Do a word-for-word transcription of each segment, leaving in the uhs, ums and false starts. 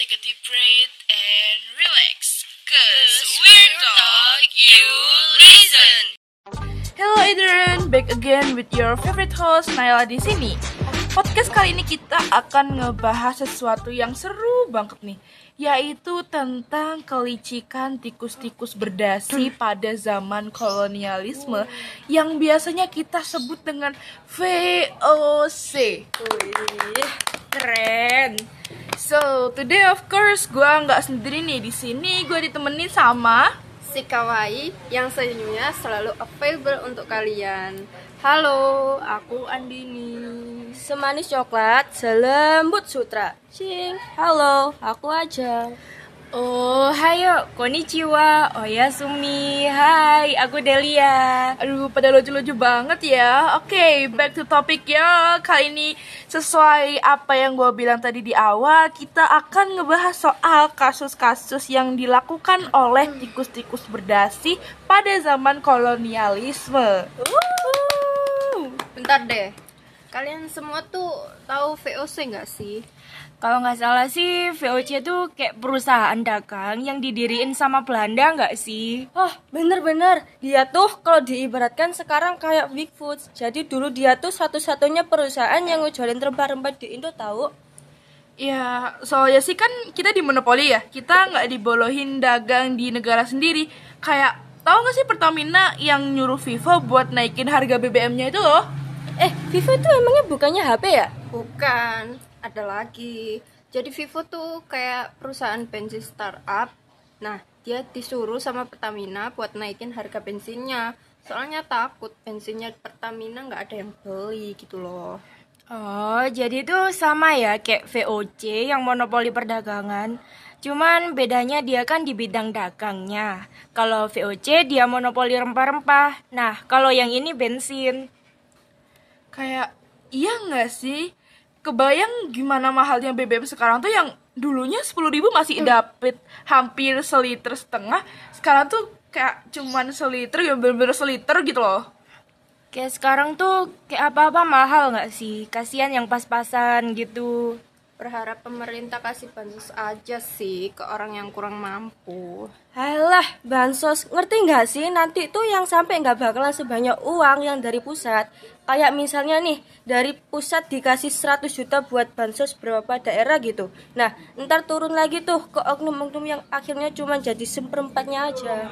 take a deep breath and relax. Cause we're talk, you listen. Hello Adrian, back again with your favorite host Naila di sini. Podcast kali ini kita akan ngebahas sesuatu yang seru banget nih, yaitu tentang kelicikan tikus-tikus berdasi pada zaman kolonialisme yang biasanya kita sebut dengan V O C. Wih, keren. So today of course gue nggak sendiri nih di sini, gue ditemenin sama Si kawaii yang senyumnya selalu available untuk kalian. Halo, aku Andini. Semanis coklat, selembut sutra. Cing, halo, aku aja. Oh, hayo, konnichiwa, oyasumi, hai, aku Delia. Aduh, pada lucu-lucu banget ya. Oke, okay, back to topic ya. Kali ini sesuai apa yang gue bilang tadi di awal, kita akan ngebahas soal kasus-kasus yang dilakukan oleh tikus-tikus berdasi pada zaman kolonialisme. Uh, bentar deh, kalian semua tuh tahu V O C nggak sih? Kalau nggak salah sih, V O C itu kayak perusahaan dagang yang didiriin sama Belanda nggak sih? Oh, bener-bener. Dia tuh kalau diibaratkan sekarang kayak Big Food. Jadi dulu dia tuh satu-satunya perusahaan yang ngejualin rempah-rempah di Indo, tahu? Ya, soalnya sih kan kita di monopoli ya. Kita nggak dibolohin dagang di negara sendiri. Kayak, tahu nggak sih Pertamina yang nyuruh Vivo buat naikin harga B B M-nya itu loh? Eh, Vivo itu emangnya bukannya H P ya? Bukan. Ada lagi. Jadi Vivo tuh kayak perusahaan bensin startup. Nah, dia disuruh sama Pertamina buat naikin harga bensinnya. Soalnya takut bensinnya Pertamina nggak ada yang beli gitu loh. Oh, jadi itu sama ya kayak V O C yang monopoli perdagangan. Cuman bedanya dia kan di bidang dagangnya. Kalau V O C dia monopoli rempah-rempah. Nah, kalau yang ini bensin. Kayak, iya nggak sih? Kebayang gimana mahalnya B B M sekarang tuh yang dulunya sepuluh ribu masih dapet hampir seliter setengah. Sekarang tuh kayak cuman seliter, ya bener-bener seliter gitu loh. Kayak sekarang tuh kayak apa-apa mahal gak sih? Kasian yang pas-pasan gitu. Berharap pemerintah kasih bansos aja sih ke orang yang kurang mampu. Alah, bansos, ngerti nggak sih nanti tuh yang sampai nggak bakalan sebanyak uang yang dari pusat. Kayak misalnya nih, dari pusat dikasih seratus juta buat bansos beberapa daerah gitu. Nah, ntar turun lagi tuh ke oknum-oknum yang akhirnya cuma jadi seperempatnya aja.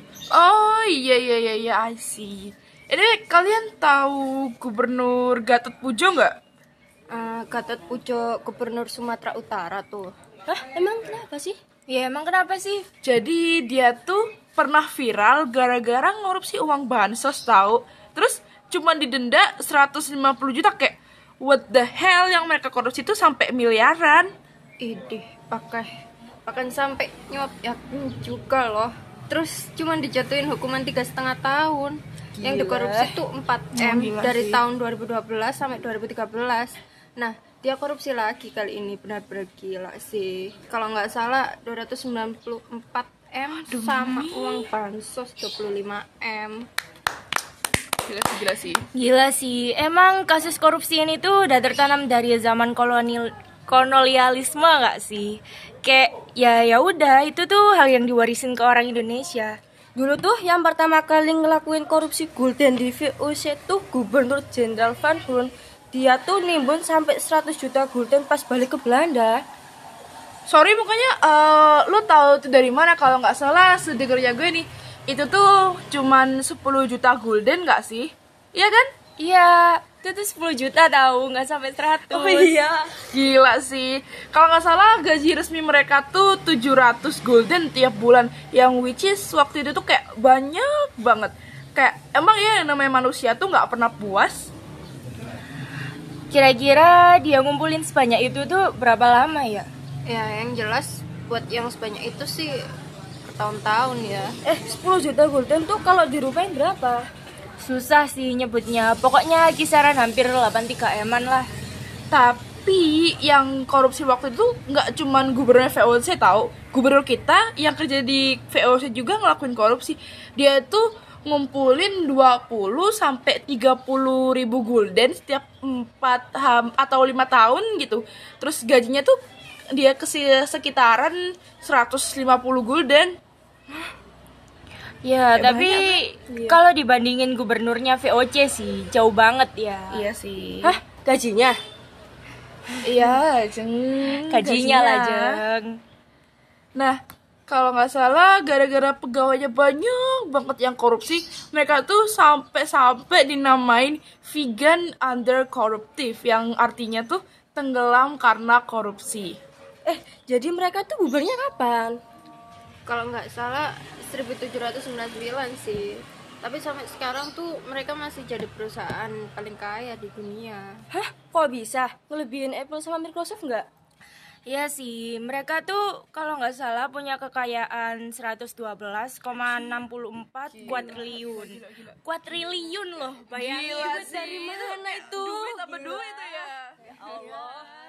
Oh iya iya iya iya, I see. Ini kalian tahu Gubernur Gatot Pujo nggak? Uh, Gatot Pujo, Gubernur Sumatera Utara tuh. Hah, emang kenapa sih? Ya emang kenapa sih? Jadi dia tuh pernah viral gara-gara ngorupsi uang bansos tahu. Terus cuma didenda seratus lima puluh juta, kayak what the hell, yang mereka korupsi itu sampai miliaran. Idih, pakai pakai sampai nyuap yakin juga loh. Terus cuma dijatuhin hukuman tiga setengah tahun. Gila. Yang dikorupsi tuh empat M oh, dari sih. tahun dua ribu dua belas sampai dua ribu tiga belas. Nah, dia korupsi lagi kali ini, benar-benar gila sih. Kalau nggak salah dua ratus sembilan puluh empat M Aduh, sama mami. Uang bansos dua puluh lima M. Gila sih, gila sih. Gila sih. Emang kasus korupsi ini tuh udah tertanam dari zaman kolonial kolonialisme nggak sih? Kayak ya ya udah, itu tuh hal yang diwarisin ke orang Indonesia. Dulu tuh yang pertama kali ngelakuin korupsi gulden di V O C tuh Gubernur Jenderal Van Hoorn. Dia tuh nimbun sampai seratus juta gulden pas balik ke Belanda. Sorry pokoknya uh, lo tahu tuh dari mana? Kalau nggak salah sedengarnya gue nih, itu tuh cuman sepuluh juta gulden nggak sih? Iya kan? Iya, itu tuh sepuluh juta tahu, nggak sampai seratus. Oh iya. Gila sih. Kalau nggak salah gaji resmi mereka tuh tujuh ratus gulden tiap bulan, yang which is waktu itu tuh kayak banyak banget. Kayak emang ya yang namanya manusia tuh nggak pernah puas. Kira-kira dia ngumpulin sebanyak itu tuh berapa lama ya? Ya, yang jelas buat yang sebanyak itu sih bertahun-tahun ya. Eh, sepuluh juta gulden tuh kalau dirupain berapa? Susah sih nyebutnya. Pokoknya kisaran hampir delapan puluh tiga M-an lah. Tapi yang korupsi waktu itu nggak cuman gubernur V O C tahu. Gubernur kita yang kerja di V O C juga ngelakuin korupsi. Dia tuh ngumpulin dua puluh sampai tiga puluh ribu gulden setiap empat atau lima tahun gitu. Terus gajinya tuh dia ke sekitaran seratus lima puluh gulden. Ya, Ya, tapi banyak, kalau dibandingin gubernurnya V O C sih jauh banget ya. Iya sih. Hah, gajinya? Iya, jeng. Gajinya lah, Jeng. Nah, kalau nggak salah gara-gara pegawainya banyak banget yang korupsi, mereka tuh sampai-sampai dinamain vegan under corruptive, yang artinya tuh tenggelam karena korupsi. Eh, jadi mereka tuh bubarnya kapan? Kalau nggak salah seribu tujuh ratus sembilan puluh sembilan sih. Tapi sampai sekarang tuh mereka masih jadi perusahaan paling kaya di dunia. Hah, kok bisa? Ngelebihin Apple sama Microsoft nggak? Iya sih, mereka tuh kalau nggak salah punya kekayaan seratus dua belas koma enam empat kuadriliun. Kuadriliun loh, bayangin. Gila sih. Dari mana itu? Duit apa duit itu ya? Ya Allah.